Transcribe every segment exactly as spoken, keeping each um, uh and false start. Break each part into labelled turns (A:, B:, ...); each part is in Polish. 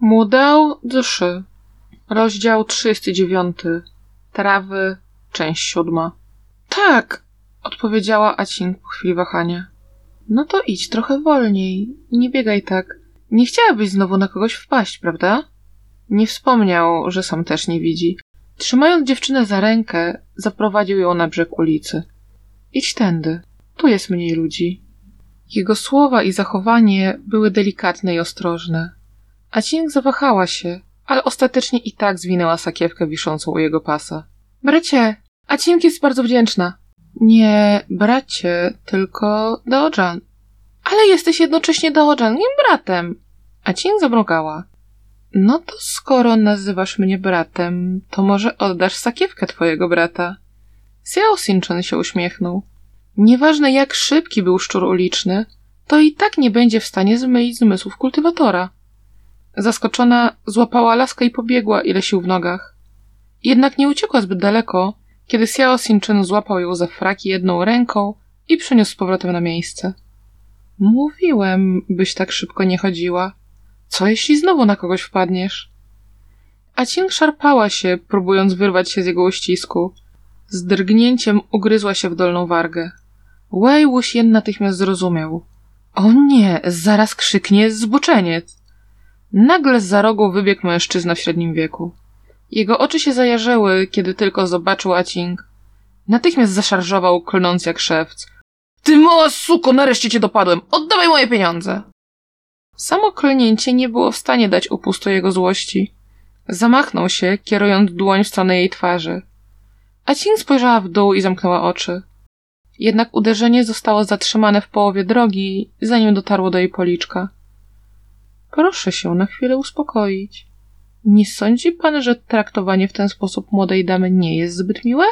A: Młodał duszy. Rozdział trzydziesty dziewiąty. Trawy, część siódma. Tak, odpowiedziała Acing po chwili wahania. No to idź trochę wolniej. Nie biegaj tak. Nie chciałabyś znowu na kogoś wpaść, prawda? Nie wspomniał, że sam też nie widzi. Trzymając dziewczynę za rękę, zaprowadził ją na brzeg ulicy. Idź tędy. Tu jest mniej ludzi. Jego słowa i zachowanie były delikatne i ostrożne. Acing zawahała się, ale ostatecznie i tak zwinęła sakiewkę wiszącą u jego pasa. Bracie, Acing jest bardzo wdzięczna. Nie bracie, tylko Daojan. Ale jesteś jednocześnie Daojaniem bratem. Acing zamrugała. No to skoro nazywasz mnie bratem, to może oddasz sakiewkę twojego brata. Xiao Xinchen się uśmiechnął. Nieważne jak szybki był szczur uliczny, to i tak nie będzie w stanie zmylić zmysłów kultywatora. Zaskoczona złapała laskę i pobiegła, ile sił w nogach. Jednak nie uciekła zbyt daleko, kiedy Xiao Xinchen złapał ją za fraki jedną ręką i przyniósł z powrotem na miejsce. Mówiłem, byś tak szybko nie chodziła. Co jeśli znowu na kogoś wpadniesz? Acing szarpała się, próbując wyrwać się z jego uścisku. Z drgnięciem ugryzła się w dolną wargę. Wei Wuxian natychmiast zrozumiał. O nie, zaraz krzyknie zboczeniec. Nagle zza rogu wybiegł mężczyzna w średnim wieku. Jego oczy się zajarzyły, kiedy tylko zobaczył Acing. Natychmiast zaszarżował, klnąc jak szewc. Ty mała suko, nareszcie cię dopadłem! Oddawaj moje pieniądze! Samo klnięcie nie było w stanie dać upustu jego złości. Zamachnął się, kierując dłoń w stronę jej twarzy. Acing spojrzała w dół i zamknęła oczy. Jednak uderzenie zostało zatrzymane w połowie drogi, zanim dotarło do jej policzka. Proszę się na chwilę uspokoić. Nie sądzi pan, że traktowanie w ten sposób młodej damy nie jest zbyt miłe?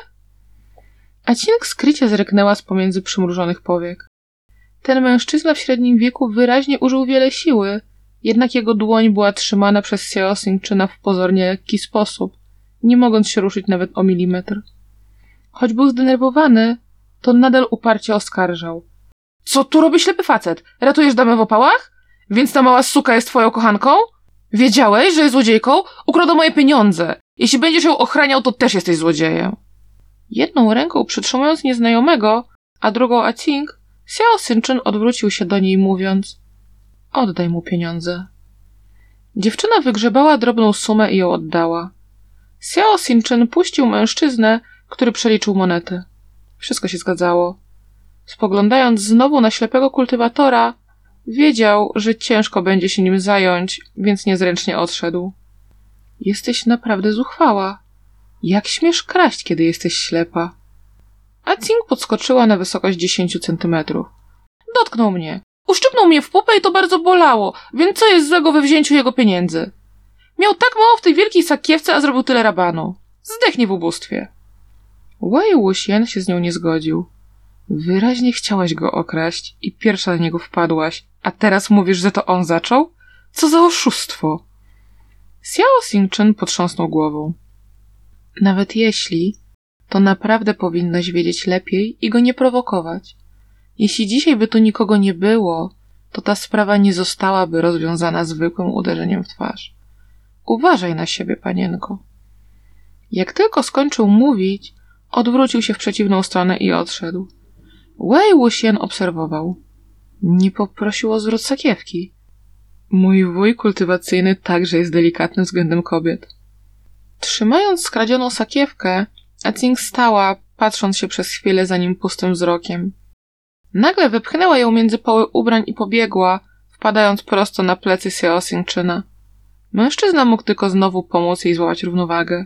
A: Acing skrycie zerknęła z pomiędzy przymrużonych powiek. Ten mężczyzna w średnim wieku wyraźnie użył wiele siły, jednak jego dłoń była trzymana przez Xiao Xinchena w pozornie lekki sposób, nie mogąc się ruszyć nawet o milimetr. Choć był zdenerwowany, to nadal uparcie oskarżał. Co tu robi ślepy facet? Ratujesz damę w opałach? Więc ta mała suka jest twoją kochanką? Wiedziałeś, że jest złodziejką? Ukradła moje pieniądze. Jeśli będziesz ją ochraniał, to też jesteś złodziejem. Jedną ręką przytrzymując nieznajomego, a drugą Acing, Xiao Xinchen odwrócił się do niej, mówiąc: oddaj mu pieniądze. Dziewczyna wygrzebała drobną sumę i ją oddała. Xiao Xinchen puścił mężczyznę, który przeliczył monety. Wszystko się zgadzało. Spoglądając znowu na ślepego kultywatora, wiedział, że ciężko będzie się nim zająć, więc niezręcznie odszedł. Jesteś naprawdę zuchwała. Jak śmiesz kraść, kiedy jesteś ślepa? Acing podskoczyła na wysokość dziesięciu centymetrów. Dotknął mnie. Uszczypnął mnie w pupę i to bardzo bolało, więc co jest złego we wzięciu jego pieniędzy? Miał tak mało w tej wielkiej sakiewce, a zrobił tyle rabanu. Zdechnie w ubóstwie. Wei Wuxian się z nią nie zgodził. Wyraźnie chciałaś go okraść i pierwsza na niego wpadłaś, a teraz mówisz, że to on zaczął? Co za oszustwo! Xiao Xinchen potrząsnął głową. Nawet jeśli, to naprawdę powinnaś wiedzieć lepiej i go nie prowokować. Jeśli dzisiaj by tu nikogo nie było, to ta sprawa nie zostałaby rozwiązana zwykłym uderzeniem w twarz. Uważaj na siebie, panienko. Jak tylko skończył mówić, odwrócił się w przeciwną stronę i odszedł. Wei Wuxian obserwował. Nie poprosił o zwrot sakiewki. Mój wuj kultywacyjny także jest delikatny względem kobiet. Trzymając skradzioną sakiewkę, Acing stała, patrząc się przez chwilę za nim pustym wzrokiem. Nagle wepchnęła ją między poły ubrań i pobiegła, wpadając prosto na plecy Xiao Xinchena. Mężczyzna mógł tylko znowu pomóc jej złapać równowagę.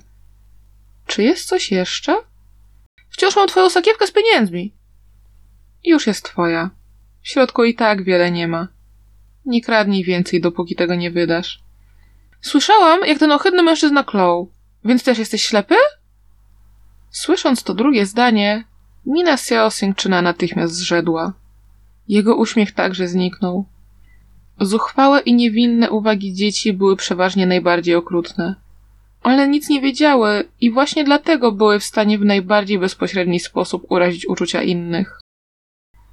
A: Czy jest coś jeszcze? Wciąż mam twoją sakiewkę z pieniędzmi. Już jest twoja. W środku i tak wiele nie ma. Nie kradnij więcej, dopóki tego nie wydasz. Słyszałam, jak ten ohydny mężczyzna klął. Więc też jesteś ślepy? Słysząc to drugie zdanie, mina Xiao Xinchena natychmiast zrzedła. Jego uśmiech także zniknął. Zuchwałe i niewinne uwagi dzieci były przeważnie najbardziej okrutne. One nic nie wiedziały i właśnie dlatego były w stanie w najbardziej bezpośredni sposób urazić uczucia innych.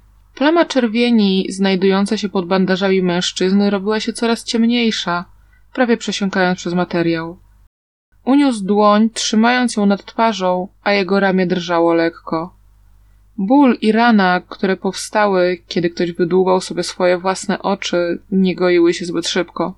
A: Plama czerwieni znajdująca się pod bandażami mężczyzny robiła się coraz ciemniejsza, prawie przesiąkając przez materiał. Uniósł dłoń, trzymając ją nad twarzą, a jego ramię drżało lekko. Ból i rana, które powstały, kiedy ktoś wydłubał sobie swoje własne oczy, nie goiły się zbyt szybko.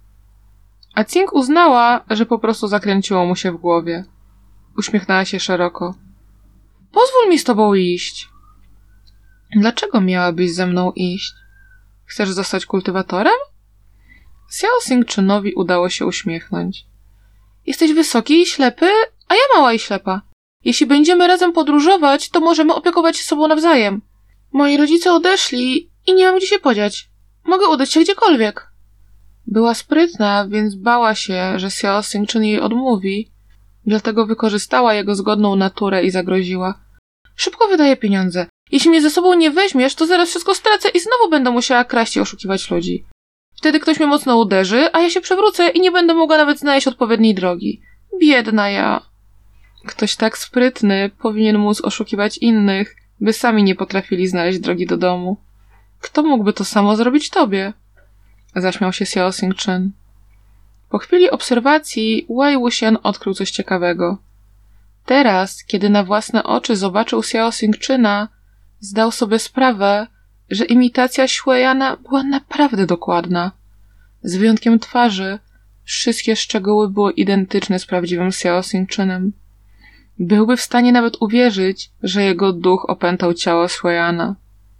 A: A Cing uznała, że po prostu zakręciło mu się w głowie. Uśmiechnęła się szeroko. Pozwól mi z tobą iść. Dlaczego miałabyś ze mną iść? Chcesz zostać kultywatorem? Xiao Xingczynowi udało się uśmiechnąć. Jesteś wysoki i ślepy, a ja mała i ślepa. Jeśli będziemy razem podróżować, to możemy opiekować się sobą nawzajem. Moi rodzice odeszli i nie mam gdzie się podziać. Mogę udać się gdziekolwiek. Była sprytna, więc bała się, że Xiao Xingczyn jej odmówi, dlatego wykorzystała jego zgodną naturę i zagroziła. Szybko wydaję pieniądze. Jeśli mnie ze sobą nie weźmiesz, to zaraz wszystko stracę i znowu będę musiała kraść i oszukiwać ludzi. Wtedy ktoś mnie mocno uderzy, a ja się przewrócę i nie będę mogła nawet znaleźć odpowiedniej drogi. Biedna ja. Ktoś tak sprytny powinien móc oszukiwać innych, by sami nie potrafili znaleźć drogi do domu. Kto mógłby to samo zrobić tobie? Zaśmiał się Xiao Xingczyn. Po chwili obserwacji Wei Wuxian odkrył coś ciekawego. Teraz, kiedy na własne oczy zobaczył Xiao Xingczyna, zdał sobie sprawę, że imitacja Xuejana była naprawdę dokładna. Z wyjątkiem twarzy, wszystkie szczegóły były identyczne z prawdziwym Xiao Xingczynem. Byłby w stanie nawet uwierzyć, że jego duch opętał ciało Xuejana.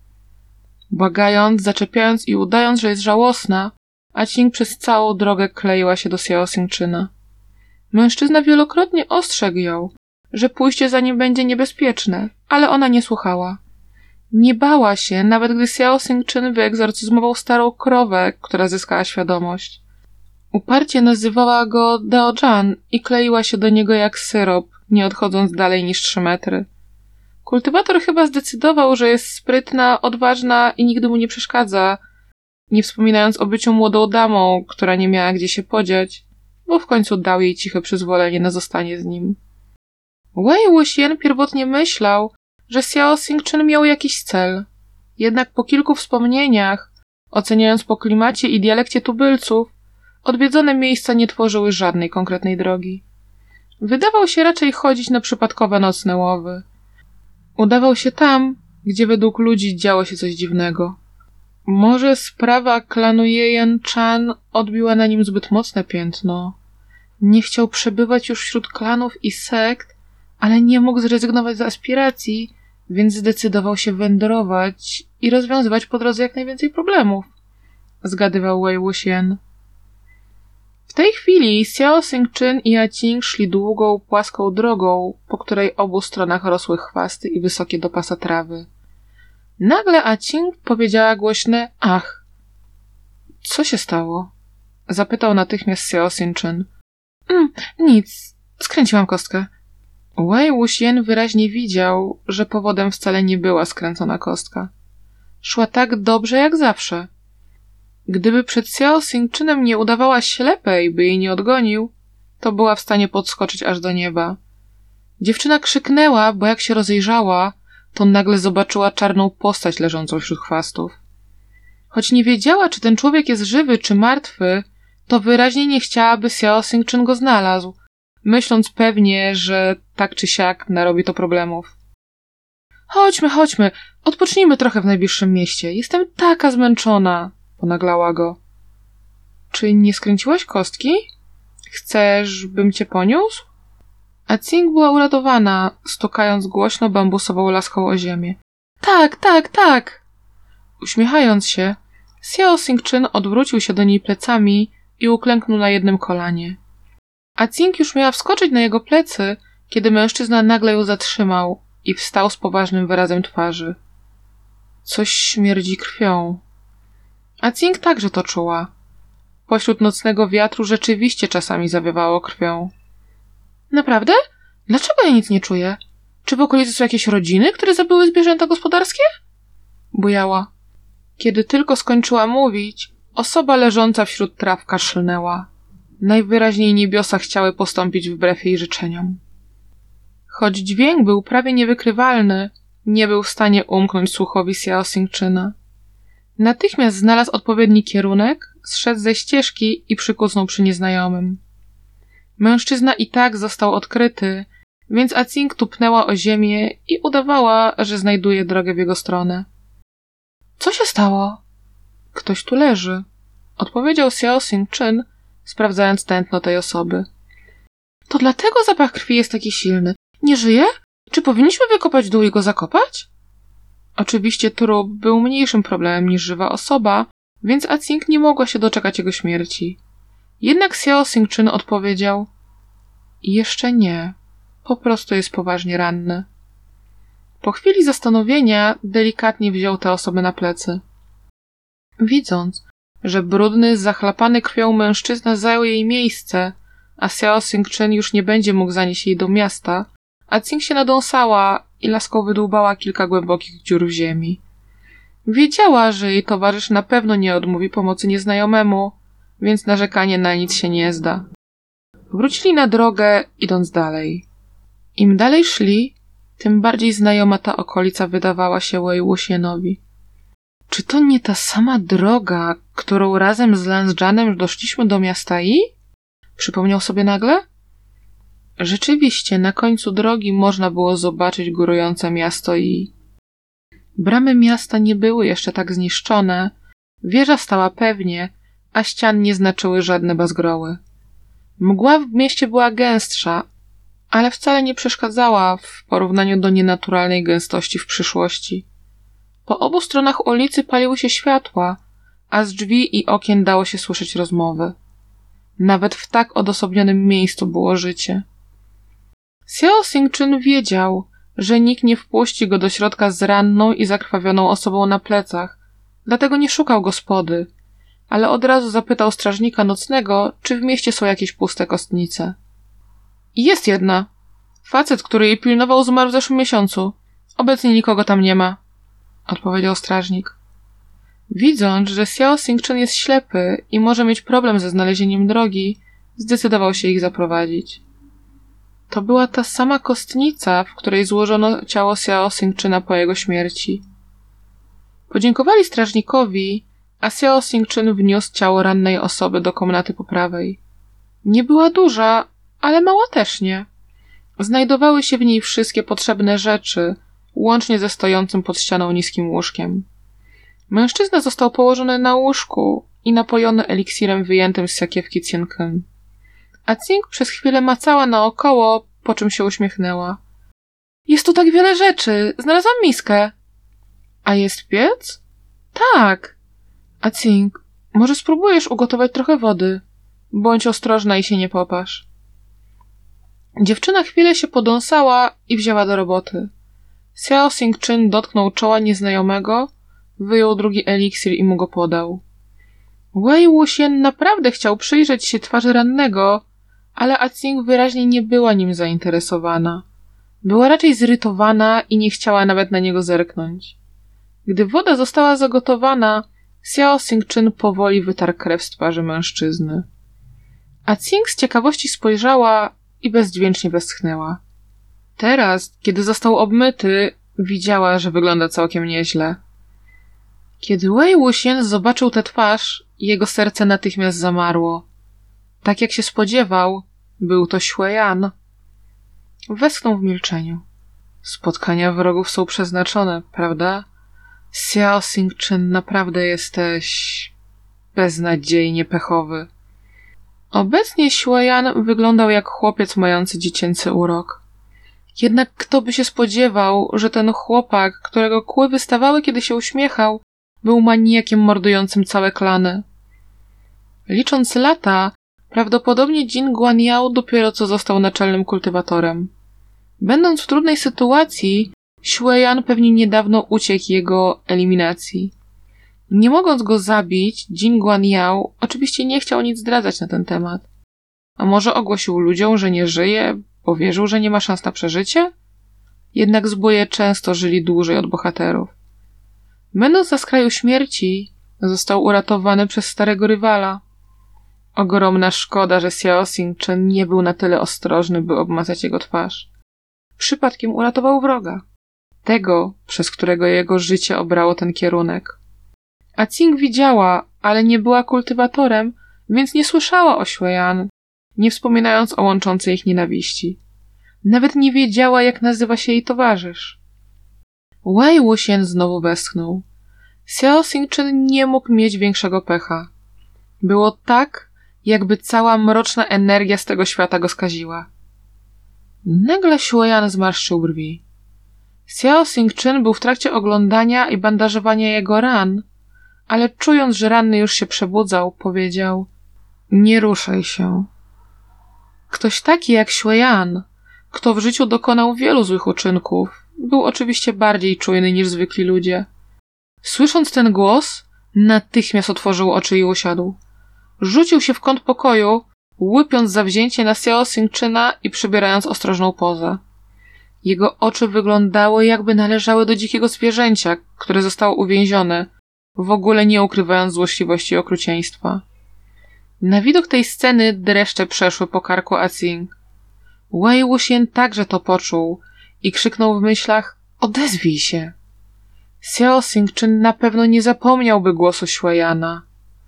A: Błagając, zaczepiając i udając, że jest żałosna, a Cing przez całą drogę kleiła się do Xiao Xingczyna. Mężczyzna wielokrotnie ostrzegł ją, że pójście za nim będzie niebezpieczne, ale ona nie słuchała. Nie bała się, nawet gdy Xiao Xingczyn wyegzorcyzmował starą krowę, która zyskała świadomość. Uparcie nazywała go Daojan i kleiła się do niego jak syrop, nie odchodząc dalej niż trzy metry. Kultywator chyba zdecydował, że jest sprytna, odważna i nigdy mu nie przeszkadza, nie wspominając o byciu młodą damą, która nie miała gdzie się podziać, bo w końcu dał jej ciche przyzwolenie na zostanie z nim. Wei Wuxian pierwotnie myślał, że Xiao Xingczyn miał jakiś cel. Jednak po kilku wspomnieniach, oceniając po klimacie i dialekcie tubylców, odwiedzone miejsca nie tworzyły żadnej konkretnej drogi. Wydawał się raczej chodzić na przypadkowe nocne łowy. Udawał się tam, gdzie według ludzi działo się coś dziwnego. Może sprawa klanu Jejan Chan odbiła na nim zbyt mocne piętno. Nie chciał przebywać już wśród klanów i sekt, ale nie mógł zrezygnować z aspiracji, więc zdecydował się wędrować i rozwiązywać po drodze jak najwięcej problemów, zgadywał Wei Wuxian. W tej chwili Xiao Xingczyn i Acing szli długą, płaską drogą, po której obu stronach rosły chwasty i wysokie do pasa trawy. Nagle Acing powiedziała głośne ach. Co się stało? Zapytał natychmiast Xiao Xingczyn. Mm, nic, skręciłam kostkę. Wei Wuxian wyraźnie widział, że powodem wcale nie była skręcona kostka. Szła tak dobrze jak zawsze. Gdyby przed Xiao Xingczynem nie udawała ślepej, by jej nie odgonił, to była w stanie podskoczyć aż do nieba. Dziewczyna krzyknęła, bo jak się rozejrzała, to nagle zobaczyła czarną postać leżącą wśród chwastów. Choć nie wiedziała, czy ten człowiek jest żywy, czy martwy, to wyraźnie nie chciała, by Xiao Xingczyn go znalazł, myśląc pewnie, że tak czy siak narobi to problemów. Chodźmy, chodźmy, odpocznijmy trochę w najbliższym mieście. Jestem taka zmęczona, ponaglała go. Czy nie skręciłaś kostki? Chcesz, bym cię poniósł? A Cing była uradowana, stukając głośno bambusową laską o ziemię. Tak, tak, tak! Uśmiechając się, Xiao Xingczyn odwrócił się do niej plecami i uklęknął na jednym kolanie. A Cing już miała wskoczyć na jego plecy, kiedy mężczyzna nagle ją zatrzymał i wstał z poważnym wyrazem twarzy. Coś śmierdzi krwią. A Cing także to czuła. Pośród nocnego wiatru rzeczywiście czasami zawiewało krwią. Naprawdę? Dlaczego ja nic nie czuję? Czy w okolicy są jakieś rodziny, które zabiły zwierzęta gospodarskie? Bujała. Kiedy tylko skończyła mówić, osoba leżąca wśród traw kaszlnęła. Najwyraźniej niebiosa chciały postąpić wbrew jej życzeniom. Choć dźwięk był prawie niewykrywalny, nie był w stanie umknąć słuchowi Xiao Xingczyna. Natychmiast znalazł odpowiedni kierunek zszedł ze ścieżki i przykucnął przy nieznajomym. Mężczyzna i tak został odkryty, więc Acing tupnęła o ziemię i udawała, że znajduje drogę w jego stronę. Co się stało? Ktoś tu leży, odpowiedział Xiao Xing-chun, sprawdzając tętno tej osoby. To dlatego zapach krwi jest taki silny. Nie żyje? Czy powinniśmy wykopać dół i go zakopać? Oczywiście trup był mniejszym problemem niż żywa osoba, więc Acing nie mogła się doczekać jego śmierci. Jednak Xiao Xing-chun odpowiedział: jeszcze nie. Po prostu jest poważnie ranny. Po chwili zastanowienia delikatnie wziął tę osobę na plecy. Widząc, że brudny, zachlapany krwią mężczyzna zajął jej miejsce, a Xiao Xing-chun już nie będzie mógł zanieść jej do miasta, Acing się nadąsała i laską wydłubała kilka głębokich dziur w ziemi. Wiedziała, że jej towarzysz na pewno nie odmówi pomocy nieznajomemu, więc narzekanie na nic się nie zda. Wrócili na drogę, idąc dalej. Im dalej szli, tym bardziej znajoma ta okolica wydawała się Wei Wuxianowi. Czy to nie ta sama droga, którą razem z Lansjanem doszliśmy do miasta Yi? Przypomniał sobie nagle. Rzeczywiście, na końcu drogi można było zobaczyć górujące miasto Yi. Bramy miasta nie były jeszcze tak zniszczone, wieża stała pewnie, a ścian nie znaczyły żadne bazgroły. Mgła w mieście była gęstsza, ale wcale nie przeszkadzała w porównaniu do nienaturalnej gęstości w przyszłości. Po obu stronach ulicy paliły się światła, a z drzwi i okien dało się słyszeć rozmowy. Nawet w tak odosobnionym miejscu było życie. Xiao Xing-chun wiedział, że nikt nie wpuści go do środka z ranną i zakrwawioną osobą na plecach, dlatego nie szukał gospody, ale od razu zapytał strażnika nocnego, czy w mieście są jakieś puste kostnice. Jest jedna. Facet, który jej pilnował, zmarł w zeszłym miesiącu. Obecnie nikogo tam nie ma, odpowiedział strażnik. Widząc, że Xiao Xing-chun jest ślepy i może mieć problem ze znalezieniem drogi, zdecydował się ich zaprowadzić. To była ta sama kostnica, w której złożono ciało Xiao Xing-chuna po jego śmierci. Podziękowali strażnikowi, a Xiao Xing-chun wniósł ciało rannej osoby do komnaty po prawej. Nie była duża, ale mała też nie. Znajdowały się w niej wszystkie potrzebne rzeczy, łącznie ze stojącym pod ścianą niskim łóżkiem. Mężczyzna został położony na łóżku i napojony eliksirem wyjętym z sakiewki Cien-kun. A Cing przez chwilę macała naokoło, po czym się uśmiechnęła. Jest tu tak wiele rzeczy! Znalazłam miskę! A jest piec? Tak! A Cing, może spróbujesz ugotować trochę wody? Bądź ostrożna i się nie popasz. Dziewczyna chwilę się podąsała i wzięła do roboty. Xiao Xing-chun dotknął czoła nieznajomego, wyjął drugi eliksir i mu go podał. Wei Wuxian naprawdę chciał przyjrzeć się twarzy rannego, ale Acing wyraźnie nie była nim zainteresowana. Była raczej zirytowana i nie chciała nawet na niego zerknąć. Gdy woda została zagotowana, Xiao Xing-chun powoli wytarł krew z twarzy mężczyzny. Acing z ciekawości spojrzała i bezdźwięcznie westchnęła. Teraz, kiedy został obmyty, widziała, że wygląda całkiem nieźle. Kiedy Wei Wuxian zobaczył tę twarz, jego serce natychmiast zamarło. Tak jak się spodziewał, był to Xueyan. Westchnął w milczeniu. Spotkania wrogów są przeznaczone, prawda? Xiao Xing-chun, naprawdę jesteś beznadziejnie pechowy. Obecnie Xueyan wyglądał jak chłopiec mający dziecięcy urok. Jednak kto by się spodziewał, że ten chłopak, którego kły wystawały, kiedy się uśmiechał, był maniakiem mordującym całe klany. Licząc lata, prawdopodobnie Jin Guangyao dopiero co został naczelnym kultywatorem. Będąc w trudnej sytuacji, Xueyan pewnie niedawno uciekł jego eliminacji. Nie mogąc go zabić, Jin Guangyao oczywiście nie chciał nic zdradzać na ten temat. A może ogłosił ludziom, że nie żyje, bo wierzył, że nie ma szans na przeżycie? Jednak zbóje często żyli dłużej od bohaterów. Będąc na skraju śmierci, został uratowany przez starego rywala. Ogromna szkoda, że Xiao Xing-chun nie był na tyle ostrożny, by obmazać jego twarz. Przypadkiem uratował wroga. Tego, przez którego jego życie obrało ten kierunek. A Cing widziała, ale nie była kultywatorem, więc nie słyszała o Xue-Yan, nie wspominając o łączącej ich nienawiści. Nawet nie wiedziała, jak nazywa się jej towarzysz. Wei Wuxian znowu westchnął. Xiao Xingchen nie mógł mieć większego pecha. Było tak, jakby cała mroczna energia z tego świata go skaziła. Nagle Xue-Yan zmarszczył brwi. Xiao Xingchen był w trakcie oglądania i bandażowania jego ran, ale czując, że ranny już się przebudzał, powiedział: nie ruszaj się. Ktoś taki jak Xue-Yan, kto w życiu dokonał wielu złych uczynków, był oczywiście bardziej czujny niż zwykli ludzie. Słysząc ten głos, natychmiast otworzył oczy i usiadł. Rzucił się w kąt pokoju, łypiąc zawzięcie na Xiao Xingchena i przybierając ostrożną pozę. Jego oczy wyglądały, jakby należały do dzikiego zwierzęcia, które zostało uwięzione, w ogóle nie ukrywając złośliwości i okrucieństwa. Na widok tej sceny dreszcze przeszły po karku Acing. Wei Wuxian także to poczuł i krzyknął w myślach: odezwij się! Xiao Xingchen na pewno nie zapomniałby głosu Xue-Yana.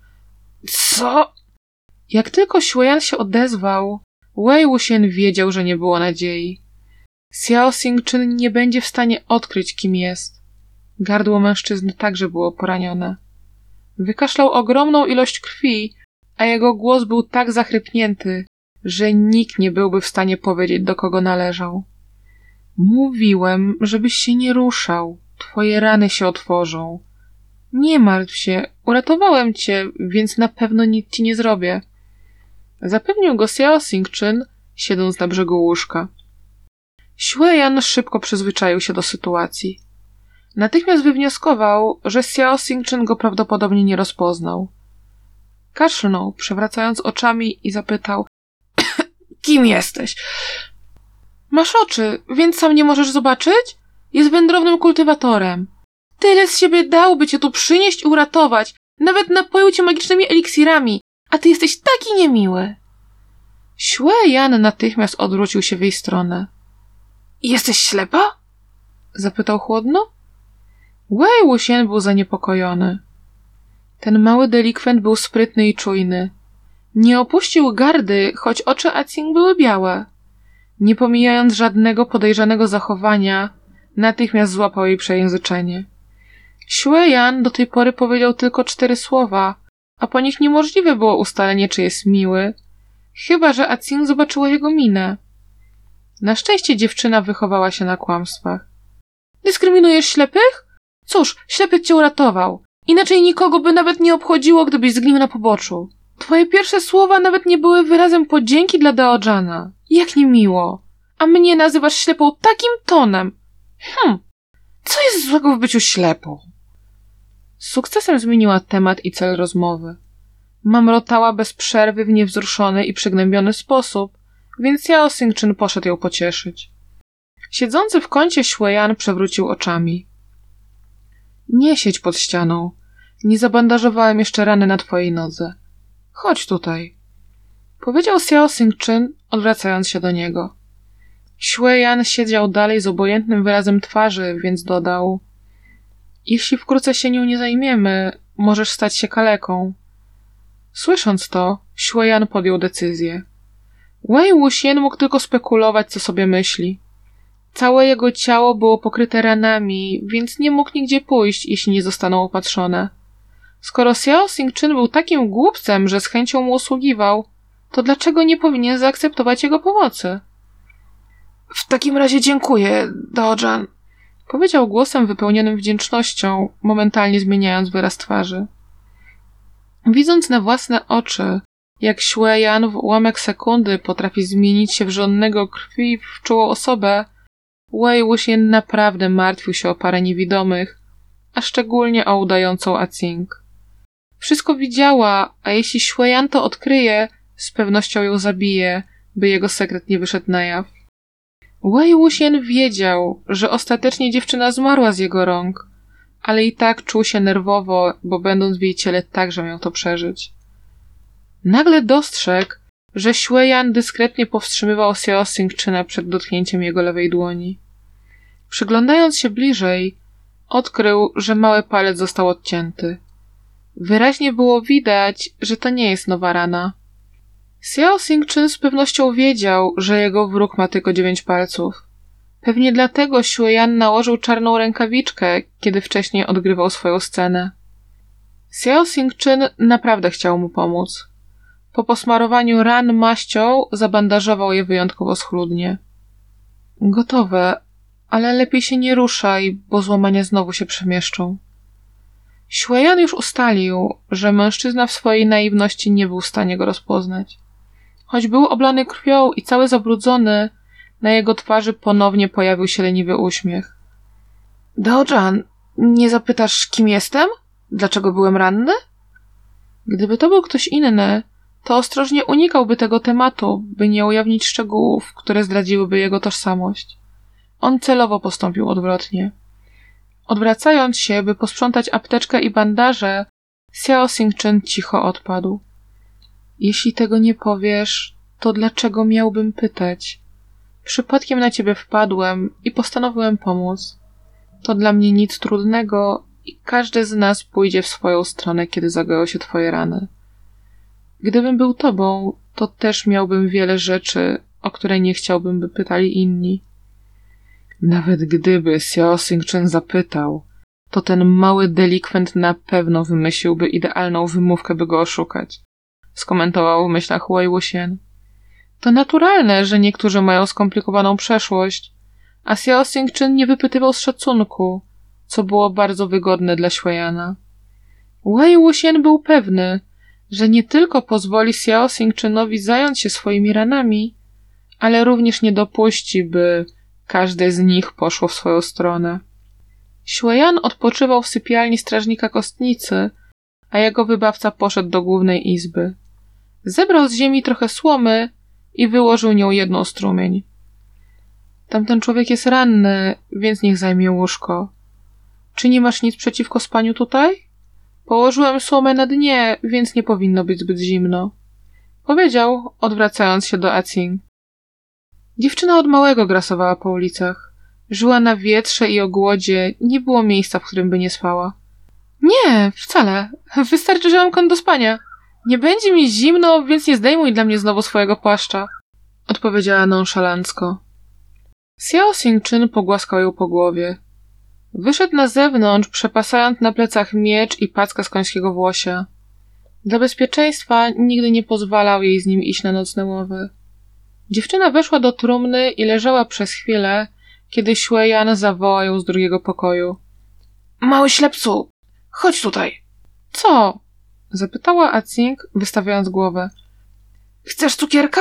A: Co? Jak tylko Xue-Yan się odezwał, Wei Wuxian wiedział, że nie było nadziei. Xiao Xingchen nie będzie w stanie odkryć, kim jest. Gardło mężczyzny także było poranione. Wykaszlał ogromną ilość krwi, a jego głos był tak zachrypnięty, że nikt nie byłby w stanie powiedzieć, do kogo należał. Mówiłem, żebyś się nie ruszał. Twoje rany się otworzą. Nie martw się, uratowałem cię, więc na pewno nic ci nie zrobię. Zapewnił go Xiao Xingchen, siedząc na brzegu łóżka. Xue-Yan szybko przyzwyczaił się do sytuacji. Natychmiast wywnioskował, że Xiao Xingchen go prawdopodobnie nie rozpoznał. Kaszlnął, przewracając oczami i zapytał: kim jesteś? Masz oczy, więc sam nie możesz zobaczyć? Jest wędrownym kultywatorem. Tyle z siebie dał, by cię tu przynieść i uratować. Nawet napoił cię magicznymi eliksirami, a ty jesteś taki niemiły. Xue-Yan natychmiast odwrócił się w jej stronę. Jesteś ślepa? Zapytał chłodno. Wei Wuxian był zaniepokojony. Ten mały delikwent był sprytny i czujny. Nie opuścił gardy, choć oczy Acing były białe. Nie pomijając żadnego podejrzanego zachowania, natychmiast złapał jej przejęzyczenie. Xue-Yan do tej pory powiedział tylko cztery słowa, a po nich niemożliwe było ustalenie, czy jest miły, chyba że Acing zobaczyła jego minę. Na szczęście dziewczyna wychowała się na kłamstwach. Dyskryminujesz ślepych? Cóż, ślepy cię uratował. Inaczej nikogo by nawet nie obchodziło, gdybyś zgnił na poboczu. Twoje pierwsze słowa nawet nie były wyrazem podzięki dla Daojana. Jak niemiło. A mnie nazywasz ślepą takim tonem. Hm, co jest złego w byciu ślepą? Z sukcesem zmieniła temat i cel rozmowy. Mamrotała bez przerwy w niewzruszony i przygnębiony sposób, więc Xiao Xingchen poszedł ją pocieszyć. Siedzący w kącie Xue-Yan przewrócił oczami. Nie siedź pod ścianą. Nie zabandażowałem jeszcze rany na twojej nodze. Chodź tutaj. Powiedział Xiao Xingchen, odwracając się do niego. Xue-Yan siedział dalej z obojętnym wyrazem twarzy, więc dodał: jeśli wkrótce się nią nie zajmiemy, możesz stać się kaleką. Słysząc to, Xue-Yan podjął decyzję. Wei Wuxian mógł tylko spekulować, co sobie myśli. Całe jego ciało było pokryte ranami, więc nie mógł nigdzie pójść, jeśli nie zostaną opatrzone. Skoro Xiao Xingchen był takim głupcem, że z chęcią mu usługiwał, to dlaczego nie powinien zaakceptować jego pomocy? W takim razie dziękuję, Daojan, powiedział głosem wypełnionym wdzięcznością, momentalnie zmieniając wyraz twarzy. Widząc na własne oczy, jak Xue-Yan w ułamek sekundy potrafi zmienić się w żonnego krwi w czułą osobę, Wei Wuxian naprawdę martwił się o parę niewidomych, a szczególnie o udającą Acing. Wszystko widziała, a jeśli Xue-Yan to odkryje, z pewnością ją zabije, by jego sekret nie wyszedł na jaw. Wei Wuxian wiedział, że ostatecznie dziewczyna zmarła z jego rąk, ale i tak czuł się nerwowo, bo będąc w jej ciele także miał to przeżyć. Nagle dostrzegł, że Xue-Yan dyskretnie powstrzymywał Xiao Xingchena przed dotknięciem jego lewej dłoni. Przyglądając się bliżej, odkrył, że mały palec został odcięty. Wyraźnie było widać, że to nie jest nowa rana. Xiao Xingchen z pewnością wiedział, że jego wróg ma tylko dziewięć palców. Pewnie dlatego Xue Yan nałożył czarną rękawiczkę, kiedy wcześniej odgrywał swoją scenę. Xiao Xingchen naprawdę chciał mu pomóc. Po posmarowaniu ran maścią zabandażował je wyjątkowo schludnie. Gotowe, ale lepiej się nie ruszaj, bo złamania znowu się przemieszczą. Xue Yan już ustalił, że mężczyzna w swojej naiwności nie był w stanie go rozpoznać. Choć był oblany krwią i cały zabrudzony, na jego twarzy ponownie pojawił się leniwy uśmiech. Dao-Jan, nie zapytasz, kim jestem? Dlaczego byłem ranny? Gdyby to był ktoś inny, to ostrożnie unikałby tego tematu, by nie ujawnić szczegółów, które zdradziłyby jego tożsamość. On celowo postąpił odwrotnie. Odwracając się, by posprzątać apteczkę i bandaże, Xiao Xingchen cicho odpadł. Jeśli tego nie powiesz, to dlaczego miałbym pytać? Przypadkiem na ciebie wpadłem i postanowiłem pomóc. To dla mnie nic trudnego i każdy z nas pójdzie w swoją stronę, kiedy zagoją się twoje rany. Gdybym był tobą, to też miałbym wiele rzeczy, o które nie chciałbym, by pytali inni. Nawet gdyby Xiao Xingchen zapytał, to ten mały delikwent na pewno wymyśliłby idealną wymówkę, by go oszukać. Skomentował w myślach Wei Wuxian. To naturalne, że niektórzy mają skomplikowaną przeszłość, a Xiao Xingchen nie wypytywał z szacunku, co było bardzo wygodne dla Xue Yana. Wei Wuxian był pewny, że nie tylko pozwoli Xiao Xingchenowi zająć się swoimi ranami, ale również nie dopuści, by każde z nich poszło w swoją stronę. Xue Yan odpoczywał w sypialni strażnika kostnicy, a jego wybawca poszedł do głównej izby. Zebrał z ziemi trochę słomy i wyłożył nią jedną strumień. Tamten człowiek jest ranny, więc niech zajmie łóżko. Czy nie masz nic przeciwko spaniu tutaj? Położyłem słomę na dnie, więc nie powinno być zbyt zimno. Powiedział, odwracając się do Acing. Dziewczyna od małego grasowała po ulicach. Żyła na wietrze i o głodzie, nie było miejsca, w którym by nie spała. Nie, wcale. Wystarczy, że mam kąt do spania. Nie będzie mi zimno, więc nie zdejmuj dla mnie znowu swojego płaszcza. Odpowiedziała nonszalancko. Xiao Xingchen pogłaskał ją po głowie. Wyszedł na zewnątrz, przepasając na plecach miecz i packa z końskiego włosia. Dla bezpieczeństwa nigdy nie pozwalał jej z nim iść na nocne łowy. Dziewczyna weszła do trumny i leżała przez chwilę, kiedy Xue Yan zawołał ją z drugiego pokoju. Mały ślepcu, chodź tutaj. Co? Zapytała Acing, wystawiając głowę. Chcesz cukierka?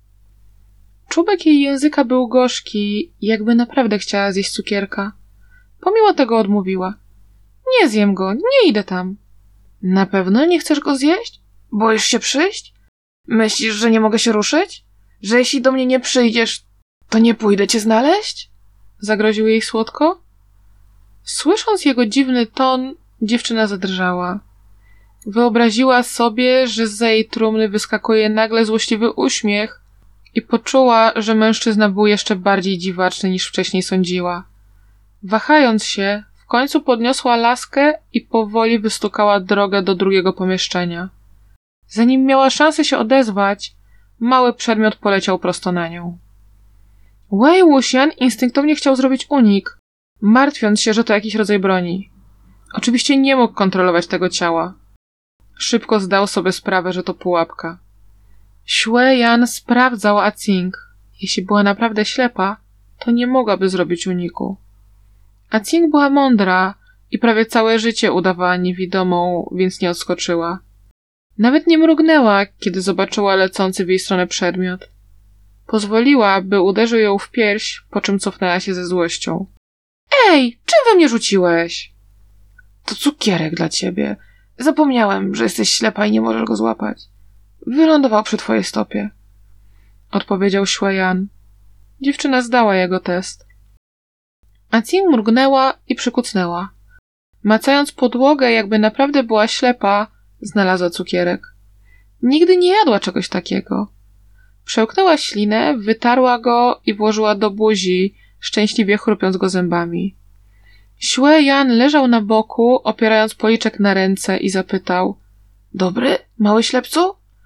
A: Czubek jej języka był gorzki, jakby naprawdę chciała zjeść cukierka. Pomimo tego odmówiła. Nie zjem go, nie idę tam. Na pewno nie chcesz go zjeść? Boisz się przyjść? Myślisz, że nie mogę się ruszyć? Że jeśli do mnie nie przyjdziesz, to nie pójdę cię znaleźć? Zagroził jej słodko. Słysząc jego dziwny ton, dziewczyna zadrżała. Wyobraziła sobie, że zza jej trumny wyskakuje nagle złośliwy uśmiech i poczuła, że mężczyzna był jeszcze bardziej dziwaczny niż wcześniej sądziła. Wahając się, w końcu podniosła laskę i powoli wystukała drogę do drugiego pomieszczenia. Zanim miała szansę się odezwać, mały przedmiot poleciał prosto na nią. Wei Wuxian instynktownie chciał zrobić unik, martwiąc się, że to jakiś rodzaj broni. Oczywiście nie mógł kontrolować tego ciała. Szybko zdał sobie sprawę, że to pułapka. Xue Yan sprawdzał Acing. Jeśli była naprawdę ślepa, to nie mogłaby zrobić uniku. Acing była mądra i prawie całe życie udawała niewidomą, więc nie odskoczyła. Nawet nie mrugnęła, kiedy zobaczyła lecący w jej stronę przedmiot. Pozwoliła, by uderzył ją w pierś, po czym cofnęła się ze złością. Ej, czym we mnie rzuciłeś? To cukierek dla ciebie. Zapomniałem, że jesteś ślepa i nie możesz go złapać. Wylądował przy twojej stopie. Odpowiedział Xue Yan. Dziewczyna zdała jego test. Acing mrugnęła i przykucnęła. Macając podłogę, jakby naprawdę była ślepa, znalazła cukierek. Nigdy nie jadła czegoś takiego. Przełknęła ślinę, wytarła go i włożyła do buzi, szczęśliwie chrupiąc go zębami. Xue Yan leżał na boku, opierając policzek na ręce i zapytał: Dobry, mały ślepcu?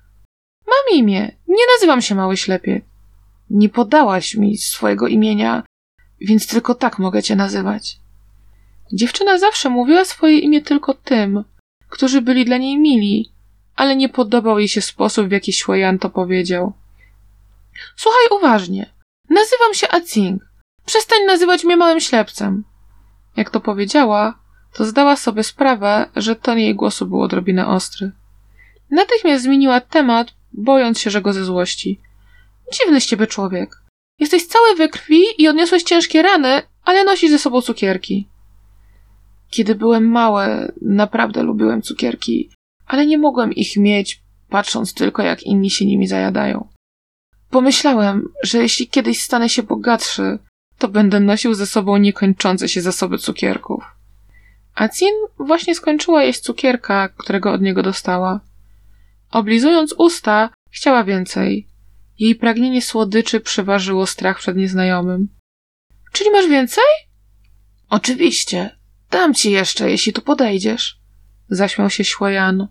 A: Mam imię. Nie nazywam się mały ślepiec. Nie podałaś mi swojego imienia, więc tylko tak mogę cię nazywać. Dziewczyna zawsze mówiła swoje imię tylko tym, którzy byli dla niej mili, ale nie podobał jej się sposób, w jaki Xue Yan to powiedział. Słuchaj uważnie. Nazywam się Acing. Przestań nazywać mnie małym ślepcem. Jak to powiedziała, to zdała sobie sprawę, że ton jej głosu był odrobinę ostry. Natychmiast zmieniła temat, bojąc się, że go ze złości. Dziwny z ciebie człowiek. Jesteś cały we krwi i odniosłeś ciężkie rany, ale nosisz ze sobą cukierki. Kiedy byłem mały, naprawdę lubiłem cukierki, ale nie mogłem ich mieć, patrząc tylko, jak inni się nimi zajadają. Pomyślałem, że jeśli kiedyś stanę się bogatszy, to będę nosił ze sobą niekończące się zasoby cukierków. A Cin właśnie skończyła jeść cukierka, którego od niego dostała. Oblizując usta, chciała więcej. Jej pragnienie słodyczy przeważyło strach przed nieznajomym. Czyli masz więcej? Oczywiście. Dam ci jeszcze, jeśli tu podejdziesz. Zaśmiał się Xue Yan.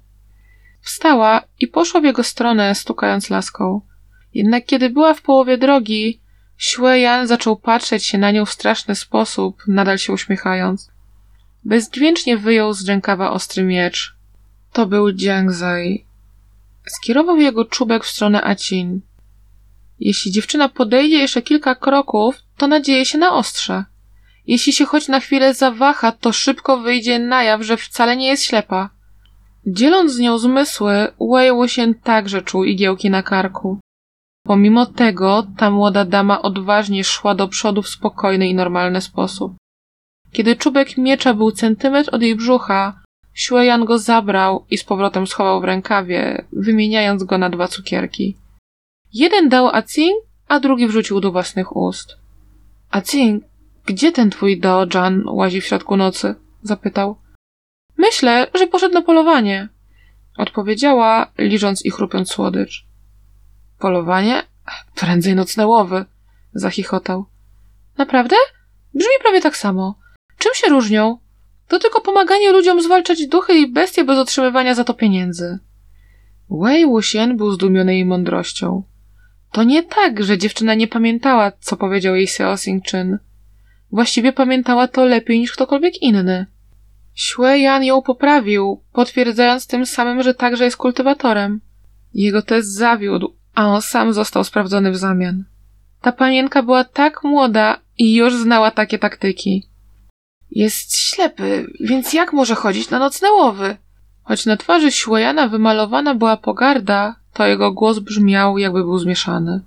A: Wstała i poszła w jego stronę, stukając laską. Jednak kiedy była w połowie drogi, Xue Yan zaczął patrzeć się na nią w straszny sposób, nadal się uśmiechając. Bezdźwięcznie wyjął z rękawa ostry miecz. To był Jiangzai. Skierował jego czubek w stronę Acin. Jeśli dziewczyna podejdzie jeszcze kilka kroków, to nadzieje się na ostrze. Jeśli się choć na chwilę zawaha, to szybko wyjdzie na jaw, że wcale nie jest ślepa. Dzieląc z nią zmysły, Wei Wuxian także czuł igiełki na karku. Pomimo tego, ta młoda dama odważnie szła do przodu w spokojny i normalny sposób. Kiedy czubek miecza był centymetr od jej brzucha, Xue Yan go zabrał i z powrotem schował w rękawie, wymieniając go na dwa cukierki. Jeden dał Acing, a drugi wrzucił do własnych ust. Acing, gdzie ten twój Dao-Jan łazi w środku nocy? Zapytał. Myślę, że poszedł na polowanie. Odpowiedziała, liżąc i chrupiąc słodycz. Polowanie? Prędzej nocne łowy. Zachichotał. Naprawdę? Brzmi prawie tak samo. Czym się różnią? To tylko pomaganie ludziom zwalczać duchy i bestie bez otrzymywania za to pieniędzy. Wei Wuxian był zdumiony jej mądrością. To nie tak, że dziewczyna nie pamiętała, co powiedział jej Xiao Xingchen. Właściwie pamiętała to lepiej niż ktokolwiek inny. Xue Yan ją poprawił, potwierdzając tym samym, że także jest kultywatorem. Jego test zawiódł, a on sam został sprawdzony w zamian. Ta panienka była tak młoda i już znała takie taktyki. Jest ślepy, więc jak może chodzić na nocne łowy? Choć na twarzy Xue Yana wymalowana była pogarda, to jego głos brzmiał, jakby był zmieszany.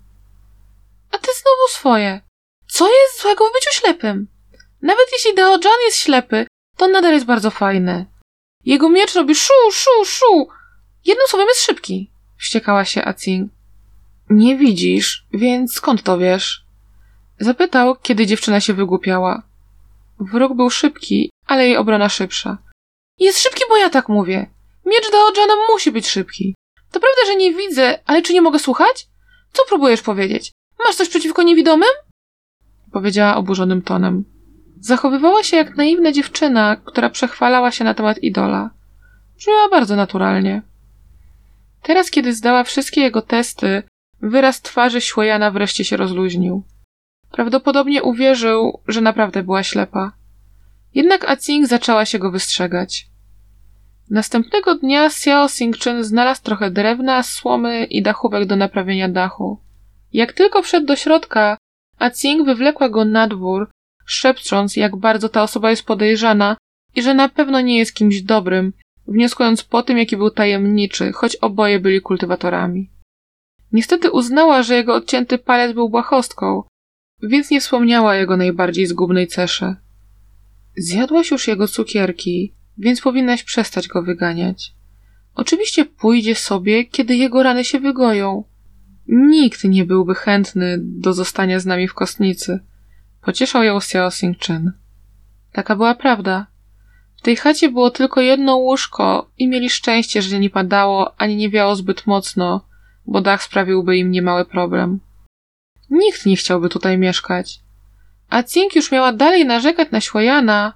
A: A ty znowu swoje. Co jest złego w byciu ślepym? Nawet jeśli Dao-Jan jest ślepy, to nadal jest bardzo fajny. Jego miecz robi szu, szu, szu. Jednym słowem jest szybki. Wściekała się Acing. Nie widzisz, więc skąd to wiesz? Zapytał, kiedy dziewczyna się wygłupiała. Wróg był szybki, ale jej obrona szybsza. Jest szybki, bo ja tak mówię. Miecz Dao-Jana musi być szybki. To prawda, że nie widzę, ale czy nie mogę słuchać? Co próbujesz powiedzieć? Masz coś przeciwko niewidomym? Powiedziała oburzonym tonem. Zachowywała się jak naiwna dziewczyna, która przechwalała się na temat idola. Brzmiała bardzo naturalnie. Teraz, kiedy zdała wszystkie jego testy, wyraz twarzy Xue Yana wreszcie się rozluźnił. Prawdopodobnie uwierzył, że naprawdę była ślepa. Jednak Acing zaczęła się go wystrzegać. Następnego dnia Xiao Xingchen znalazł trochę drewna, słomy i dachówek do naprawienia dachu. Jak tylko wszedł do środka, Acing wywlekła go na dwór, szepcząc, jak bardzo ta osoba jest podejrzana i że na pewno nie jest kimś dobrym, wnioskując po tym, jaki był tajemniczy, choć oboje byli kultywatorami. Niestety uznała, że jego odcięty palec był błahostką, więc nie wspomniała o jego najbardziej zgubnej cesze. Zjadłaś już jego cukierki, więc powinnaś przestać go wyganiać. Oczywiście pójdzie sobie, kiedy jego rany się wygoją. Nikt nie byłby chętny do zostania z nami w kostnicy. Pocieszał ją Xiao Xingchen. Taka była prawda. W tej chacie było tylko jedno łóżko i mieli szczęście, że nie padało, ani nie wiało zbyt mocno, bo dach sprawiłby im niemały problem. Nikt nie chciałby tutaj mieszkać. A Cing już miała dalej narzekać na Xue Yana,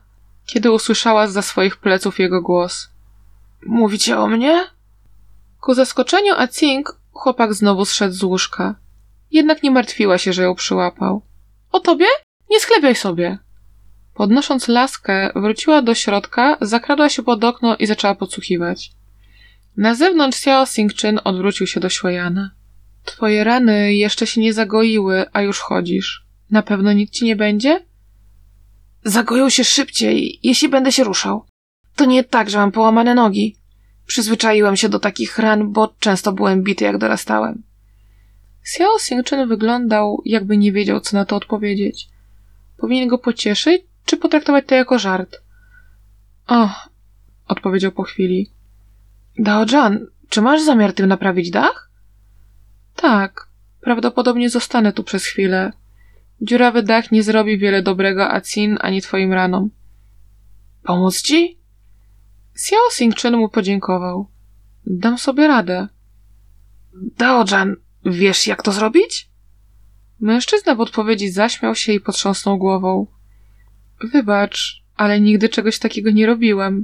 A: kiedy usłyszała zza swoich pleców jego głos. Mówicie o mnie? Ku zaskoczeniu Acing chłopak znowu zszedł z łóżka. Jednak nie martwiła się, że ją przyłapał. O tobie? Nie sklepiaj sobie! Podnosząc laskę, wróciła do środka, zakradła się pod okno i zaczęła podsłuchiwać. Na zewnątrz Xiao Xingchen odwrócił się do Shueyana. Twoje rany jeszcze się nie zagoiły, a już chodzisz. Na pewno nic ci nie będzie? Zagoją się szybciej, jeśli będę się ruszał. To nie tak, że mam połamane nogi. Przyzwyczaiłem się do takich ran, bo często byłem bity, jak dorastałem. Xiao Xingchen wyglądał, jakby nie wiedział, co na to odpowiedzieć. Powinien go pocieszyć, czy potraktować to jako żart? O, odpowiedział po chwili. Dao-Jan, czy masz zamiar tym naprawić dach? Tak, prawdopodobnie zostanę tu przez chwilę. Dziurawy dach nie zrobi wiele dobrego Acin ani twoim ranom. Pomóc ci? Xiao Xingchen mu podziękował. Dam sobie radę. Dao-Jan, wiesz jak to zrobić? Mężczyzna w odpowiedzi zaśmiał się i potrząsnął głową. Wybacz, ale nigdy czegoś takiego nie robiłem.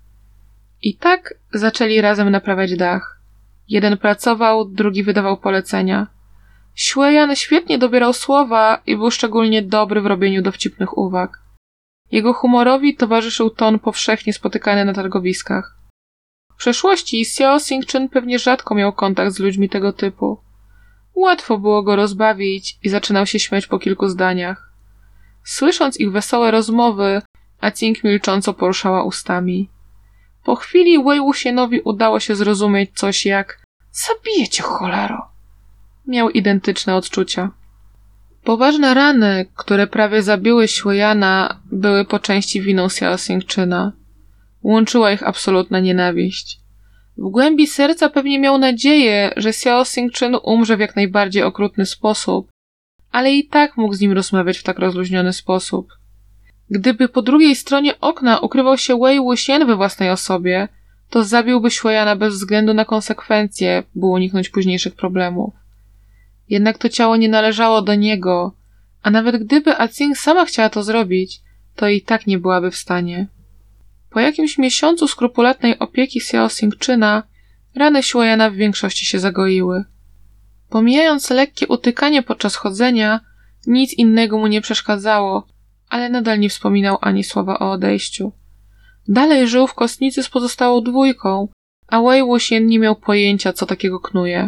A: I tak zaczęli razem naprawiać dach. Jeden pracował, drugi wydawał polecenia. Shueyan świetnie dobierał słowa i był szczególnie dobry w robieniu dowcipnych uwag. Jego humorowi towarzyszył ton powszechnie spotykany na targowiskach. W przeszłości Xiao Xingchen pewnie rzadko miał kontakt z ludźmi tego typu. Łatwo było go rozbawić i zaczynał się śmiać po kilku zdaniach. Słysząc ich wesołe rozmowy, Acing milcząco poruszała ustami. Po chwili Wei Wuxienowi udało się zrozumieć coś jak zabiję cię, cholero. Miał identyczne odczucia. Poważne rany, które prawie zabiły Shueyana, były po części winą Xiao Xingchena. Łączyła ich absolutna nienawiść. W głębi serca pewnie miał nadzieję, że Xiao Xingchen umrze w jak najbardziej okrutny sposób, ale i tak mógł z nim rozmawiać w tak rozluźniony sposób. Gdyby po drugiej stronie okna ukrywał się Wei Wuxian we własnej osobie, to zabiłby Shueyana bez względu na konsekwencje, by uniknąć późniejszych problemów. Jednak to ciało nie należało do niego, a nawet gdyby Acing sama chciała to zrobić, to i tak nie byłaby w stanie. Po jakimś miesiącu skrupulatnej opieki Xiao Xingchena, rany Shueyana w większości się zagoiły. Pomijając lekkie utykanie podczas chodzenia, nic innego mu nie przeszkadzało, ale nadal nie wspominał ani słowa o odejściu. Dalej żył w kostnicy z pozostałą dwójką, a Wei Wuxian nie miał pojęcia, co takiego knuje.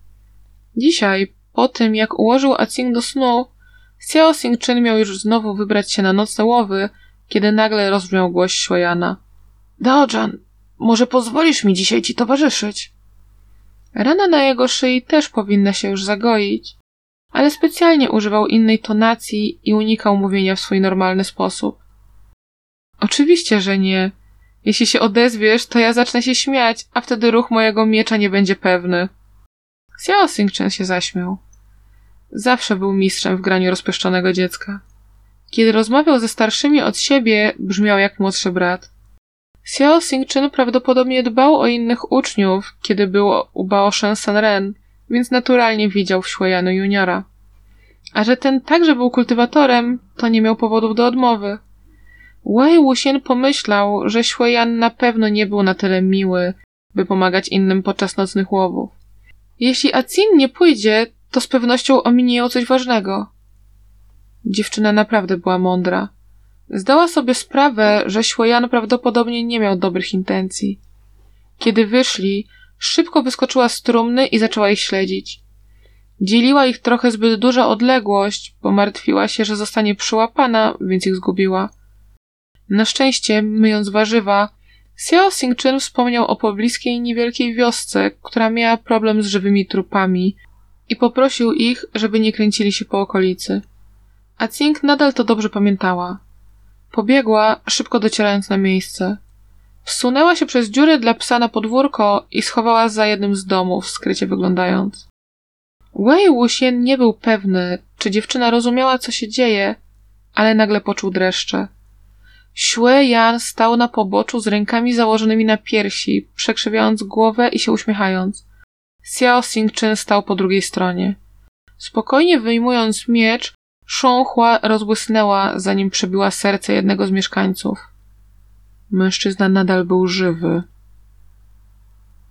A: Dzisiaj, po tym jak ułożył Acing do snu, Xiao Xingchen miał już znowu wybrać się na nocne łowy, kiedy nagle rozbrzmiał głos Shueyana. Dao-Jan, może pozwolisz mi dzisiaj ci towarzyszyć? Rana na jego szyi też powinna się już zagoić, ale specjalnie używał innej tonacji i unikał mówienia w swój normalny sposób. Oczywiście, że nie. Jeśli się odezwiesz, to ja zacznę się śmiać, a wtedy ruch mojego miecza nie będzie pewny. Xiao Xingchen się zaśmiał. Zawsze był mistrzem w graniu rozpieszczonego dziecka. Kiedy rozmawiał ze starszymi od siebie, brzmiał jak młodszy brat. Xiao Xingchen prawdopodobnie dbał o innych uczniów, kiedy był u Baoshen Senren, więc naturalnie widział w Shueyanu juniora. A że ten także był kultywatorem, to nie miał powodów do odmowy. Wei Wuxian pomyślał, że Shueyan na pewno nie był na tyle miły, by pomagać innym podczas nocnych łowów. Jeśli Acin nie pójdzie, to z pewnością ominie ją coś ważnego. Dziewczyna naprawdę była mądra. Zdała sobie sprawę, że Shueyan prawdopodobnie nie miał dobrych intencji. Kiedy wyszli, szybko wyskoczyła z trumny i zaczęła ich śledzić. Dzieliła ich trochę zbyt duża odległość, bo martwiła się, że zostanie przyłapana, więc ich zgubiła. Na szczęście, myjąc warzywa, Xiao Xingchen wspomniał o pobliskiej niewielkiej wiosce, która miała problem z żywymi trupami i poprosił ich, żeby nie kręcili się po okolicy. Acing nadal to dobrze pamiętała. Pobiegła, szybko docierając na miejsce. Wsunęła się przez dziurę dla psa na podwórko i schowała za jednym z domów, skrycie wyglądając. Wei Wuxian nie był pewny, czy dziewczyna rozumiała, co się dzieje, ale nagle poczuł dreszcze. Shueyan stał na poboczu z rękami założonymi na piersi, przekrzywiając głowę i się uśmiechając. Xiao Xingchen stał po drugiej stronie. Spokojnie wyjmując miecz, Shonghua rozbłysnęła, zanim przebiła serce jednego z mieszkańców. Mężczyzna nadal był żywy.